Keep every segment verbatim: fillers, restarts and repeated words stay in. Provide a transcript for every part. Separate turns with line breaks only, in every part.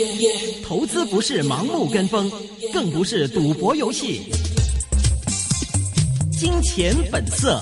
投资不是盲目跟风，更不是赌博游戏。金钱本色。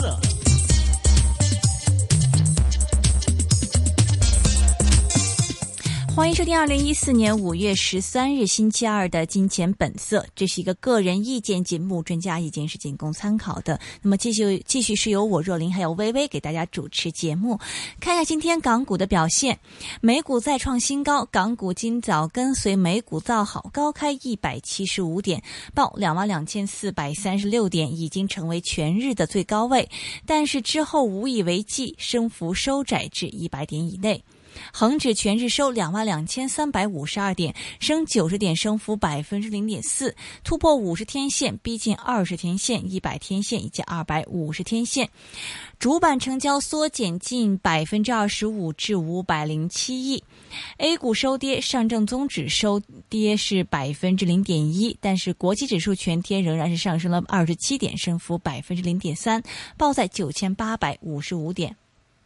欢迎收听二零一四年五月十三日星期二的金钱本色，这是一个个人意见节目，专家意见是仅供参考的。那么继续继续是由我若琳还有微微给大家主持节目。看一下今天港股的表现，美股再创新高，港股今早跟随美股造好，高开一百七十五点，报两万两千四百三十六点，已经成为全日的最高位，但是之后无以为继，升幅收窄至一百点以内。恒指全日收两万两千三百五十二点，升九十点，升幅百分之零点四，突破五十天线，逼近二十天线、一百天线以及二百五十天线。主板成交缩减近百分之二十五至五百零七亿。A 股收跌，上证综指收跌是百分之零点一，但是国际指数全天仍然是上升了二十七点，升幅百分之零点三，报在九千八百五十五点。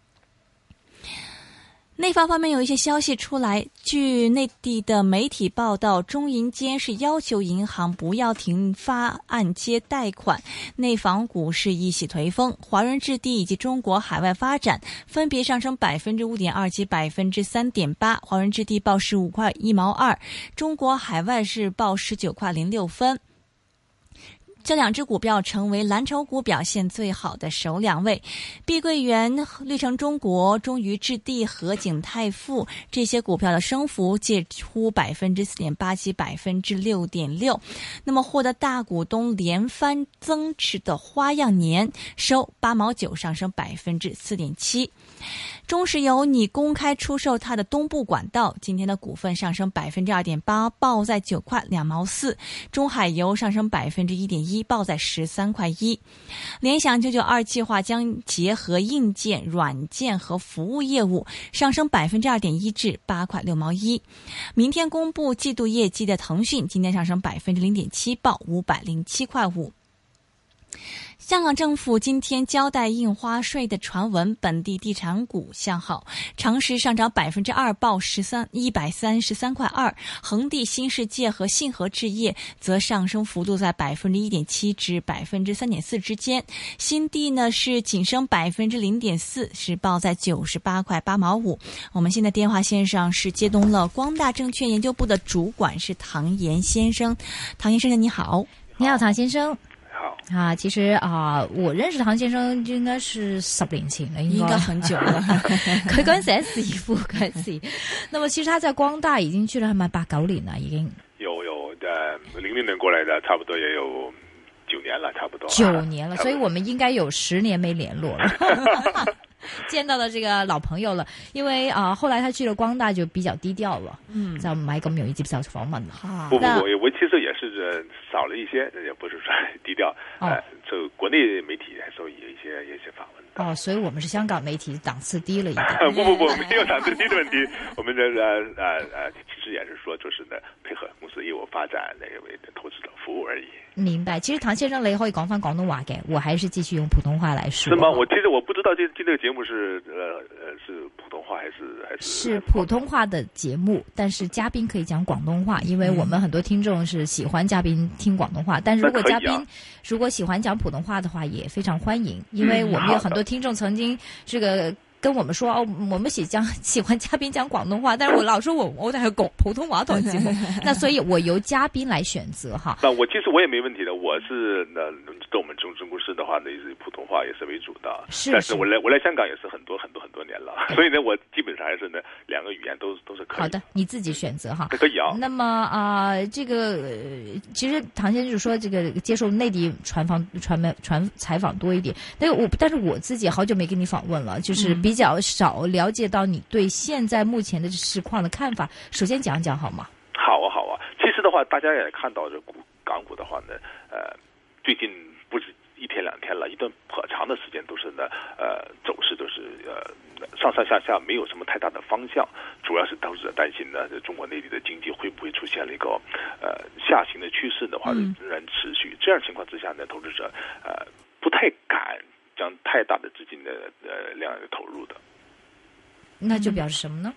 内房方面有一些消息出来，据内地的媒体报道，中银监是要求银行不要停发按揭贷款，内房股是一起颓风，华润置地以及中国海外发展分别上升百分之五点二及百分之三点八，华润置地报十五块一毛二，中国海外是报十九块零六分。这两只股票成为蓝筹股表现最好的首两位，碧桂园、绿城中国、中渝置地和景泰富这些股票的升幅介乎百分之四点八及百分之六点六。那么获得大股东连番增持的花样年收八毛九，上升百分之四点七。中石油拟公开出售它的东部管道，今天的股份上升百分之二点八，报在九块两毛四。中海油上升百分之一点一，报在十三块一。联想九九二计划将结合硬件、软件和服务业务，上升百分之二点一至八块六毛一。明天公布季度业绩的腾讯，今天上升百分之零点七，报五百零七块五。香港政府今天交代印花税的传闻，本地地产股向好，长实上涨百分之二，报十三一百三十三块二，恒地新世界和信和置业则上升幅度在百分之一点七至百分之三点四之间，新地呢是仅升百分之零点四，是报在九十八块八毛五。我们现在电话线上是接通了光大证券研究部的主管是唐岩先生，唐岩先生你好。
你好，唐先生。
啊，其实啊，我認識唐先生應該是十年前了，應該很久了。佢嗰陣時喺時富嗰陣時，那麼其實他在光大已經去了係咪八九年了已經？
有有，呃，零六年過來的，差不多也有九年了，差不多。
九年了，所以我們應該有十年沒聯絡了。見到了這個老朋友了，因為啊、呃，後來他去了光大就比較低調了，嗯，就唔係咁容易接受訪問了。
不不不，我其實也是少了一些，也不是說低調，哦、呃，就國內媒體還是有一些一些訪問的。
哦，所以我們是香港媒體檔次低了一點。
不不不，沒有檔次低的問題，我們的呃呃呃，其實也是說，就是呢，配合公司業務發展，那個為投資者服務而已。
明白，其實唐先生你可以講翻廣東話嘅，我還是繼續用普通話來說。
是嗎？我其實我不知道這這個節目是呃呃是普通話還是還是？
是普通話的節目，但是嘉賓可以講廣東話，因為我們很多聽眾是喜歡嘉賓聽廣東話，但如果嘉賓、啊、如果喜歡講普通話的話，也非常歡迎，因為我們有很多聽眾曾經這個。跟我們說哦，我們喜講喜歡嘉賓講廣東話，但是我老說我我在講普通話台節目，那所以我由嘉賓來選擇哈。
那我其實我也沒問題的，我是那在我們中中公司的話呢，是普通話也是為主的。是，但是我來我來香港也是很多很多很多年了，所以呢，我基本上還是呢兩個語言都都是可以。
好的，你自己選擇哈。
可以啊。
那麼啊、呃，這個其實唐先生就說，這個接受內地傳訪傳媒傳採訪多一點，但我但是我自己好久沒跟你訪問了，就是比較少了解到你對現在目前的市況的看法。首先講講好嗎？
好啊，好啊。其實的話，大家也看到這股港股的話呢，呃，最近不止一天兩天了，一段頗長的時間都是呢，呃，走勢都是呃上上下下沒有什麼太大的方向，主要是投資者擔心呢，中國內地的經濟會不會出現了一個呃下行的趨勢的話仍然持續。嗯、這樣情況之下呢，投資者呃不太敢將太大的資金的呃量投入的。
那就表示什麼呢？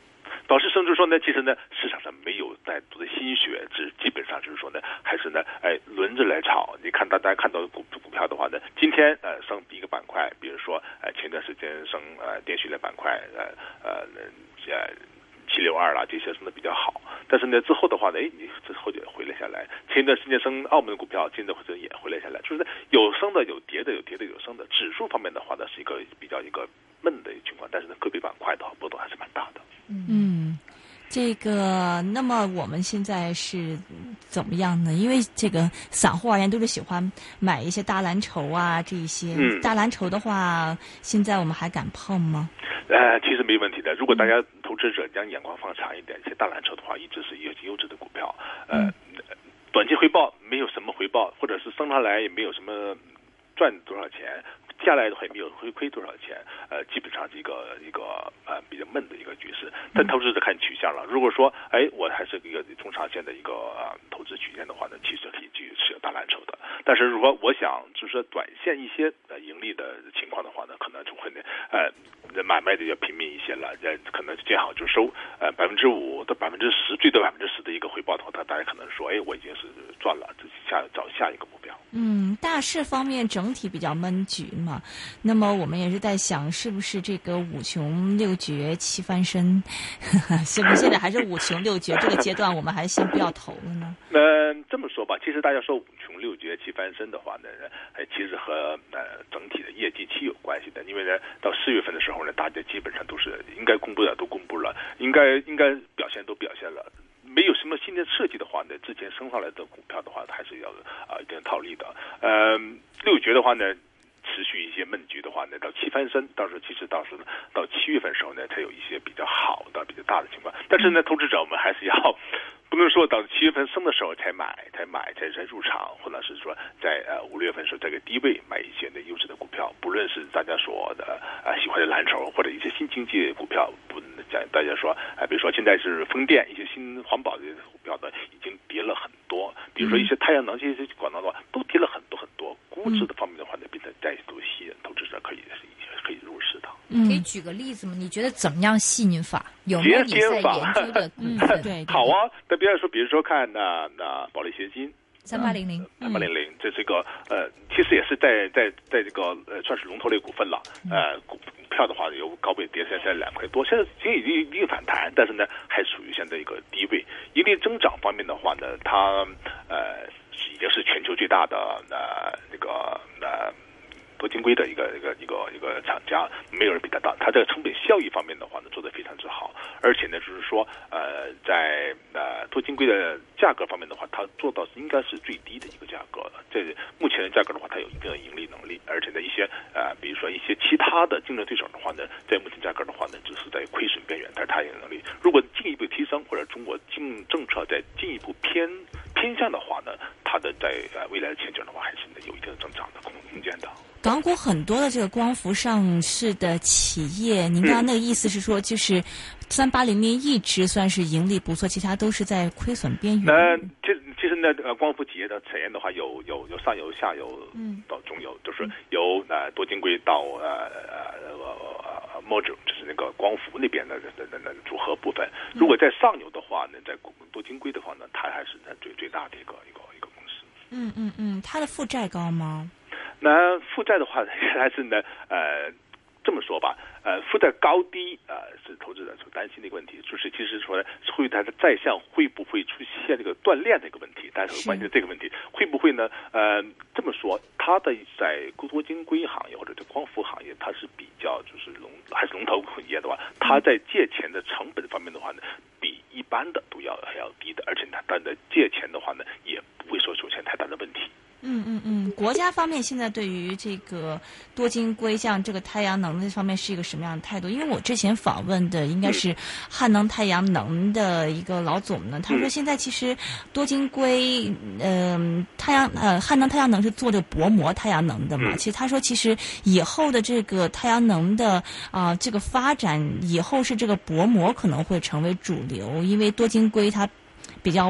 导师生就是说呢，其实呢市场上没有太多的心血，只基本上就是说呢，还是呢，哎轮着来炒。你看大家看到股股票的话呢，今天呃升一个板块，比如说呃前段时间升呃电讯类板块，呃呃呃七六二啦这些升的比较好，但是呢之后的话呢，哎你之后就回了下来。前一段时间升澳门的股票，现在或者也回了下来，就是有升的有跌的，有跌的有升的。指数方面的话呢，是一个比较一个闷的情况，但是呢个别板块的话波动还是蛮大的。
嗯，这个那么我们现在是怎么样呢？因为这个散户而言都是喜欢买一些大蓝筹啊，这一些、嗯、大蓝筹的话，现在我们还敢碰吗？
呃，其实没问题的。如果大家投资者将眼光放长一点，一些大蓝筹的话，一直是优优质的股票。呃，嗯、短期回报没有什么回报，或者是升上来也没有什么赚多少钱。下来的话也没有回亏多少钱，呃，基本上是一个一个呃比较闷的一个局势。但投资者看取向了。如果说，哎，我还是一个中长线的一个、呃、投资曲线的话呢，其实可以继续持有大蓝筹的。但是如果我想就是说短线一些呃盈利的情况的话呢，可能就会呢呃买卖的要拼命一些了，呃可能见好就收，呃百分之五到百分之十，最多百分之十的一个回报的话，大家可能说，哎，我已经是赚了，下找下一个目标。
嗯，大势方面整体比较闷局嘛，那么我们也是在想，是不是这个五穷六绝七翻身？是不是现在还是五穷六绝这个阶段，我们还先不要投了呢？
呃，这么说吧，其实大家说五穷六绝七翻身的话呢，呃，其实和呃整体的业绩期有关系的。因为呢，到四月份的时候呢，大家基本上都是应该公布的都公布了，应该应该表现都表现了。没有什么新的设计的话呢，之前升上来的股票的话，还是要啊、呃、一定套利的。呃，六绝的话呢，持续一些闷局的话呢，到七翻身，到时候其实到时到七月份的时候呢，才有一些比较好的、比较大的情况。但是呢，投资者我们还是要不能说到七月份升的时候才买、才买、才才入场，或者是说在呃五六月份时候在个低位买一些的优质的股票，不论是大家说的啊、呃、喜欢的蓝筹或者一些新经济股票，不讲大家说啊、呃，比如说现在是风电一些新环保的股票呢，已经跌了很多，比如说一些太阳能这些广告的话，都跌了很多很多。估值的方面的话呢，变得再度吸引投资者可以可以入市的。
嗯，可以举个例子吗？你觉得怎么样吸引法？有没有你在研究的股份？
对，
好啊。那比如说，比如说看那那保利协鑫。
三八零零，
三八零零，这是个呃，其实也是在在在这个呃，算是龙头类股份了。呃，股票的话有高位跌，现在两块多，现在其实已经已经反弹，但是呢，还属于现在一个低位。盈利增长方面的话呢，它呃已经是全球最大的呃那个呃。多晶硅的一个一个一个一个厂家，没有人比它大。它在成本效益方面的话呢，做得非常之好，而且呢，就是说，呃，在呃多晶硅的价格方面的话，它做到应该是最低的一个价格。这目前的价格的话，它有一定的盈利能力，而且呢，一些呃，比如说一些其他的竞争对手的话呢，在目前价格的话呢，只是在亏损边缘，但是它有能力。如果进一步提升，或者中国经政策在进一步偏偏向的话呢，它的在呃未来的前景的话，还是有一定的增长的空间的。
港股很多的这个光伏上市的企业，您刚刚那个意思是说，就是三八零零一直算是盈利不错，其他都是在亏损边缘。
呃，其实其实呢，呃，光伏企业的产业的话，有有有上游、下游到中游，就是由呃多晶硅到呃呃呃 module， 就是那个光伏那边的的的的组合部分。如果在上游的话呢，在多晶硅的话呢，它还是最最大的一个一个一个公司。
嗯嗯嗯，它的负债高吗？
那负债的话，还是呢，呃，这么说吧，呃，负债高低呃是投资者所担心的一个问题，就是其实说会它的债项会不会出现这个断裂的一个问题，大家很关心这个问题，会不会呢？呃，这么说，它的在多晶硅行业或者在光伏行业，它是比较就是龙还是龙头业的话，它在借钱的成本方面的话呢，比一般的都要还要低的，而且它的借钱的话呢，也不会说出现太大的问题。
嗯嗯嗯，国家方面现在对于这个多晶硅像这个太阳能这方面是一个什么样的态度？因为我之前访问的应该是汉能太阳能的一个老总呢，他说现在其实多晶硅，嗯、呃，太阳呃汉能太阳能是做这个薄膜太阳能的嘛，其实他说其实以后的这个太阳能的啊、呃、这个发展以后是这个薄膜可能会成为主流，因为多晶硅它比较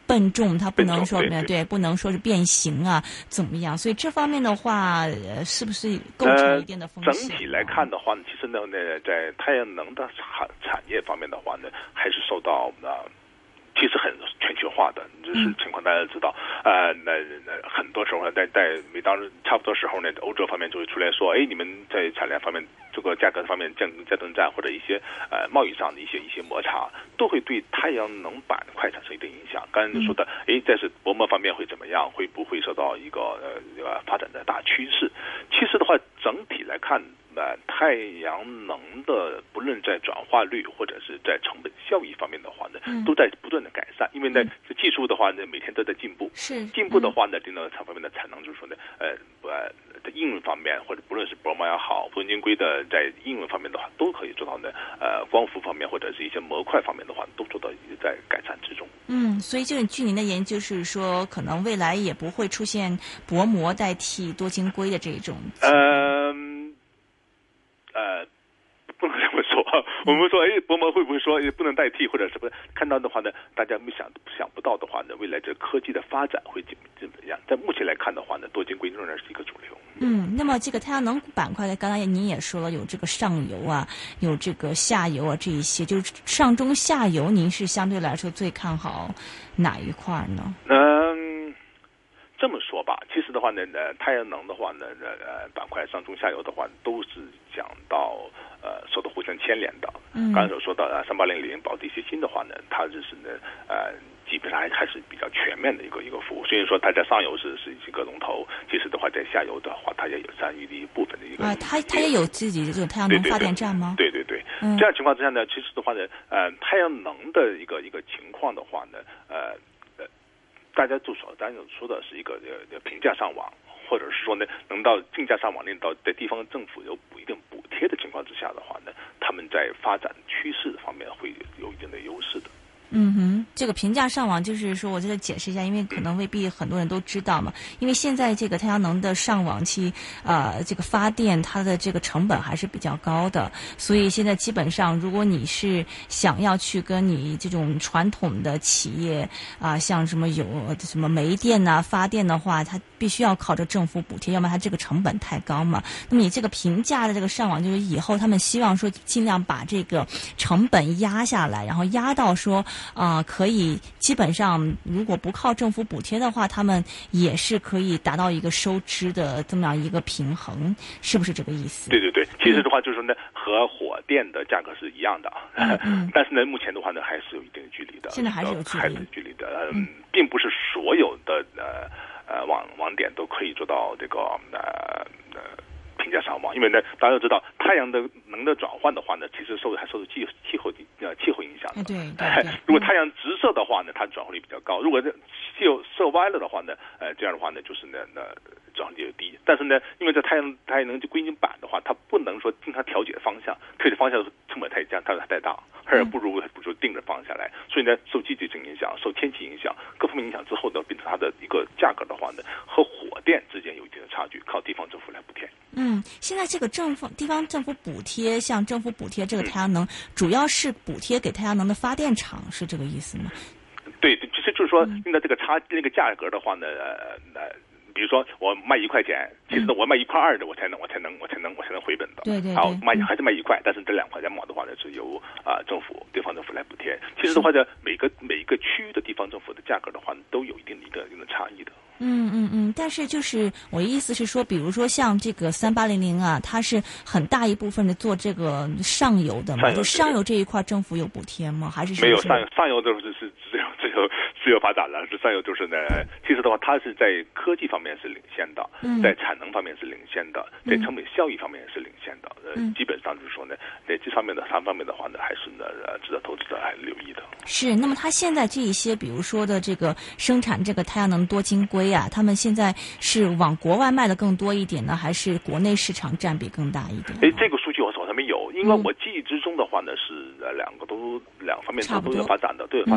笨重，它不能说
对, 对,
对，不能说是变形啊，怎么样？所以这方面的话，呃，是不是构成一定的风险？
呃、整体来看的话呢，其实呢，在太阳能的产产业方面的话呢，还是受到啊。呃其实很全球化的，就是情况大家知道，呃，那那很多时候在在每当差不多时候呢，欧洲方面就会出来说，哎，你们在产量方面这个价格方面降价增战或者一些呃贸易上的一些一些摩擦，都会对太阳能板块产生一定影响。刚才你说的，哎，但是薄膜方面会怎么样？会不会受到一个呃呃发展的大趋势？其实的话，整体来看。呃，太阳能的不论在转化率或者是在成本效益方面的话呢，嗯、都在不断的改善。因为呢，这技术的话呢，每天都在进步。
是
进步的话呢，电动车方面的产能就是说呢，呃呃，在应用方面或者不论是薄膜也好，多晶硅的在应用方面的话，都可以做到呢。呃，光伏方面或者是一些模块方面的话，都做到在改善之中。
嗯，所以这个据您的研究是说，可能未来也不会出现薄膜代替多晶硅的这种。
呃。呃，不能这么说。我们说，哎，薄膜会不会说不能代替，或者是不是看到的话呢？大家没想想不到的话呢，未来这科技的发展会怎么怎么样？在目前来看的话呢，多晶硅仍然是一个主流。
嗯，那么这个太阳能板块的，刚才您也说了，有这个上游啊，有这个下游啊，这一些就是上中下游，您是相对来说最看好哪一块呢？
嗯。这么说吧，其实的话呢，呃，太阳能的话呢，呃，板块上中下游的话，都是讲到呃，受到互相牵连的。嗯，刚才所说到的三八零零、宝地协鑫的话呢，它就是呢，呃，基本上还还是比较全面的一个一个服务。虽然说它在上游是是一个龙头，其实的话在下游的话，它也有参与的一部分的一个。
啊，它它也有自己的这种太阳能发电站吗？
对对 对, 对, 对, 对、嗯，这样情况之下呢，其实的话呢，呃，太阳能的一个一个情况的话呢，呃。大家就说，大家说的是一个呃平价上网，或者是说呢，能到竞价上网，令到在地方政府有补一定补贴的情况之下的话呢，他们在发展趋势方面会有一定的优势的。
嗯哼，这个平价上网就是说，我这个解释一下，因为可能未必很多人都知道嘛。因为现在这个太阳能的上网期，呃，这个发电它的这个成本还是比较高的，所以现在基本上，如果你是想要去跟你这种传统的企业啊、呃，像什么有什么煤电呐、发电的话，它必须要靠着政府补贴，要么它这个成本太高嘛。那么你这个平价的这个上网，就是以后他们希望说尽量把这个成本压下来，然后压到说。啊、呃，可以基本上，如果不靠政府补贴的话，他们也是可以达到一个收支的这么样一个平衡，是不是这个意思？
对对对，其实的话就是说呢，嗯、和火电的价格是一样的，嗯嗯、但是呢，目前的话呢，还是有一定的距离的。
现在还是有距离，
还是有距离的，嗯，并不是所有的呃呃网网点都可以做到这个呃呃。平价上网，因为呢，大家都知道，太阳的能的转换的话呢，其实受还受气气候呃气候影响的。
对对对。
如果太阳直射的话呢，它转换率比较高；如果这气候射歪了的话呢，呃，这样的话呢，就是呢，那转换率就低。但是呢，因为这太阳太阳能就硅晶板的话，它不能说经常调节方向，调节方向成本太降，它太大，还不如不如定着放下来。所以呢，受季节性影响、受天气影响、各方面影响之后呢，变成它的一个价格的话呢，和火电之间有一定的差距，靠地方政府来补贴。
嗯，现在这个政府地方政府补贴，像政府补贴这个太阳能，嗯、主要是补贴给太阳能的发电厂，是这个意思吗？
对，其实就是说，用到这个差那个价格的话呢，呃呃。比如说我卖一块钱，其实呢我卖一块二的，我才能我才能我才能我才能回本的。
对对对。
好，卖还是卖一块，但是这两块钱毛的话呢是由啊、呃、政府地方政府来补贴。其实的话呢，每个每一个区域的地方政府的价格的话，都有一定的一个一定的差异的。
嗯嗯嗯，但是就是我的意思是说，比如说像这个三八零零啊，它是很大一部分的做这个上游的嘛，
上游
就上游这一块政府有补贴吗？还是
没有？上游上游就是是只有只有自由发展了，是上游就是呢。其实的话，它是在科技方面是领先的，
嗯、
在产能方面是领先的，在成本效益方面也是领先的。呃、嗯，基本上就是说呢，在这方面的三方面的话呢，还是呢呃值得投资者还留意的。
是，那么它现在这一些，比如说的这个生产这个太阳能多晶硅啊，他们现在是往国外卖的更多一点呢，还是国内市场占比更大一点？
哎，这个数据我手上没有，因为我记忆之中的话呢，是呃两个都两方面都都有发展的，都有发展的。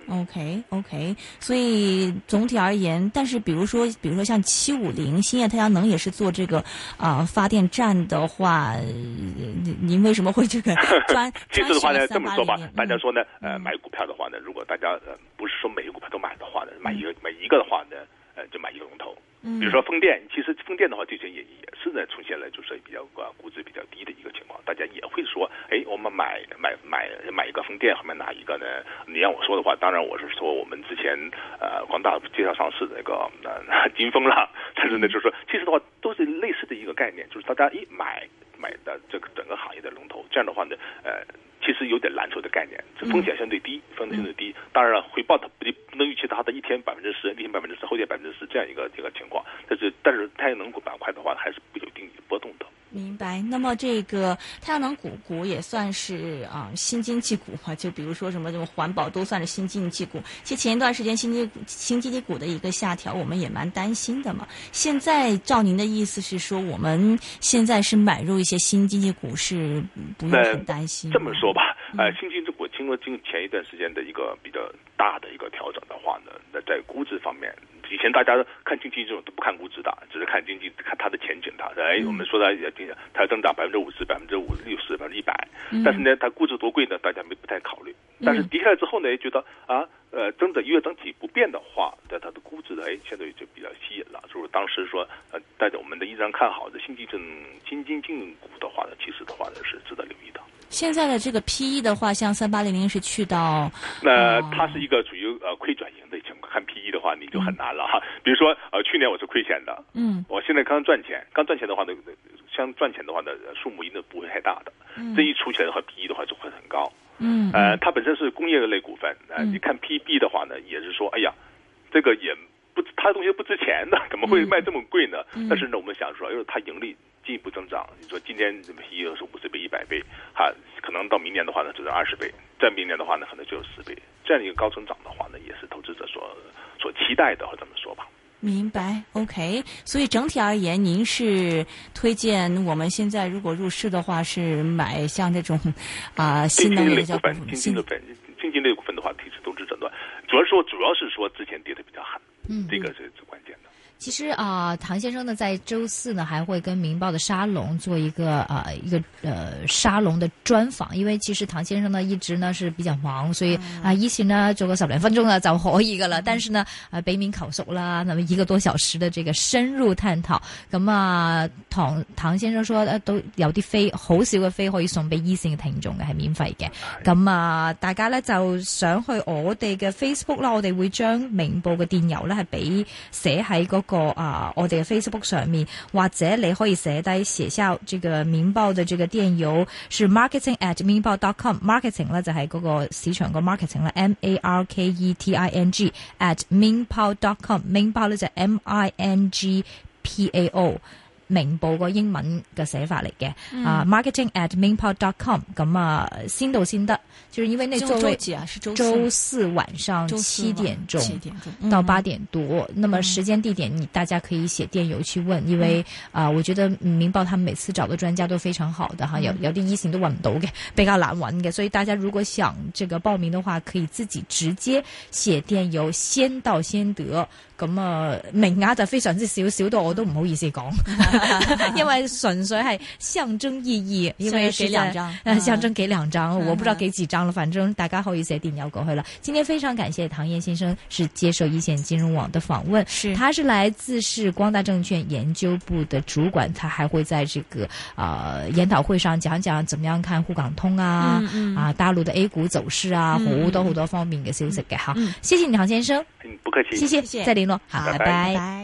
OK OK， 所以总体而言，但是比如说，比如说像七五零兴业太阳能也是做这个啊、呃、发电站的话，您为什么会这个专？
其实的话呢，这么说吧，
嗯、
大家说呢，呃，买股票的话呢，如果大家呃不是说每个股票都买的话呢，买一个买一个的话呢，呃，就买一个龙头。
嗯，
比如说风电，其实风电的话，最近也也是呢出现了就是比较呃估值比较低的一个情况，大家也会说，哎，我们买买买买一个风电，后面哪一个呢？你让我说的话，当然我是说我们之前呃光大介绍上市的那个呃金风了，但是呢，就是说其实的话都是类似的一个概念，就是大家一买买的这个整个行业的龙头，这样的话呢，呃。其实有点蓝筹的概念，这风险相对低，风险相对低。当然了，回报它不不能预期它的一天百分之十，一天百分之十，后天百分之十这样一个这个情况。但是，但是太阳能股板块的话，还是有一定波动的。
明白。那么这个太阳能股股也算是啊、呃、新经济股嘛？就比如说什么这种环保都算是新经济股。其实前一段时间新经新经济股的一个下调，我们也蛮担心的嘛。现在照您的意思是说，我们现在是买入一些新经济股是不用很担心。
这么说吧，呃，新经济股经过经前一段时间的一个比较大的一个调整的话呢，那在估值方面。以前大家看经济这种都不看估值的，只是看经济，看它的前景的。哎，我们说的它要增长百分之五十、百分之五六十、百分之一百，但是呢，它估值多贵呢，大家没不太考虑。但是跌下来之后呢，觉得啊，呃，增长月整体不变的话，在它的估值呢，哎，相对就比较吸引了。就是当时说，呃，带着我们的依然看好的新经济新经济股的话呢，其实的话呢是值得留意的。
现在的这个 P E 的话，像三八零零是去到，
那它是一个属于呃亏转盈的情况。看 P E 的话，你就很难了哈。嗯、比如说呃，去年我是亏钱的，嗯，我现在刚赚钱，刚赚钱的话呢，像赚钱的话呢，数目应该不会太大的。嗯，这一出起来的话 ，P E 的话就会很高。嗯，呃，它本身是工业类股份，呃，你看 P B 的话呢，也是说，哎呀，这个也不，它的东西不值钱的，怎么会卖这么贵呢？嗯、但是呢，我们想说，因为它盈利进一步增长，你说今年 P E 是五十倍、一百倍，哈，可能到明年的话呢，只是二十倍，再明年的话呢，可能就有十倍。这样一个高增长的话呢，也是投资者所所期待的，或这么说吧。
明白 ，OK。所以整体而言，您是推荐我们现在如果入市的话，是买像这种啊、呃、新能源
股份、新经济类股份、新经济类股份的话，提示投资者的，主要说主要是说之前跌得比较狠，嗯，这个是最关键的。
其实啊、呃，唐先生呢，在周四呢还会跟《明報》的沙龍做一個啊、呃、一個呃沙龍的專訪，因為其實唐先生呢一直呢是比較忙，所以啊以前呢做個十零分鐘呢就可以噶啦，但是呢啊俾面求熟啦，那麼一個多小時的這個深入探討，咁啊唐唐先生說誒都有啲飛，好少嘅飛可以送俾一線嘅聽眾嘅，係免費嘅，咁啊大家咧就想去我哋嘅 Facebook 啦，我哋會將明報嘅電郵咧係俾寫喺嗰個啊，我哋嘅 Facebook 上面，或者你可以寫低寫下這個明報的這個電郵是 marketing at 明報 dot com，marketing 咧就係嗰個市場個 marketing 啦 ，M A R K E T I N G at 明報 dot com， 明報咧就係 M I N G P A O。明報個英文嘅寫法嚟嘅，啊、嗯 uh, ，marketing at 明報 dot com， 咁啊先到先得，就是因為那周
周幾啊？是周四
周四晚上七點鐘，七點鐘到八點多。嗯、那麼時間地點你大家可以寫電郵去問，因為啊、嗯呃，我覺得明報他們每次找的專家都非常好的哈，有有啲醫生都揾唔到嘅，比較難揾嘅，所以大家如果想這個報名的話，可以自己直接寫電郵，先到先得。咁啊，名額就非常之少，少到我都唔好意思講，因為純粹係象徵意義，因為
給兩張，
呃，象徵給兩張，我不知道給幾張了，反正大家可以寫電郵過去了。今天非常感謝唐燕先生是接受一線金融網的訪問，是他是來自是光大證券研究部的主管，他還會在這個呃研討會上講講怎麼樣看滬港通啊，嗯嗯啊大陸的 A 股走勢啊，好、嗯、多好多方面嘅消息嘅哈。謝謝你唐先生，
不客氣，
謝謝，再聯絡，好，拜拜。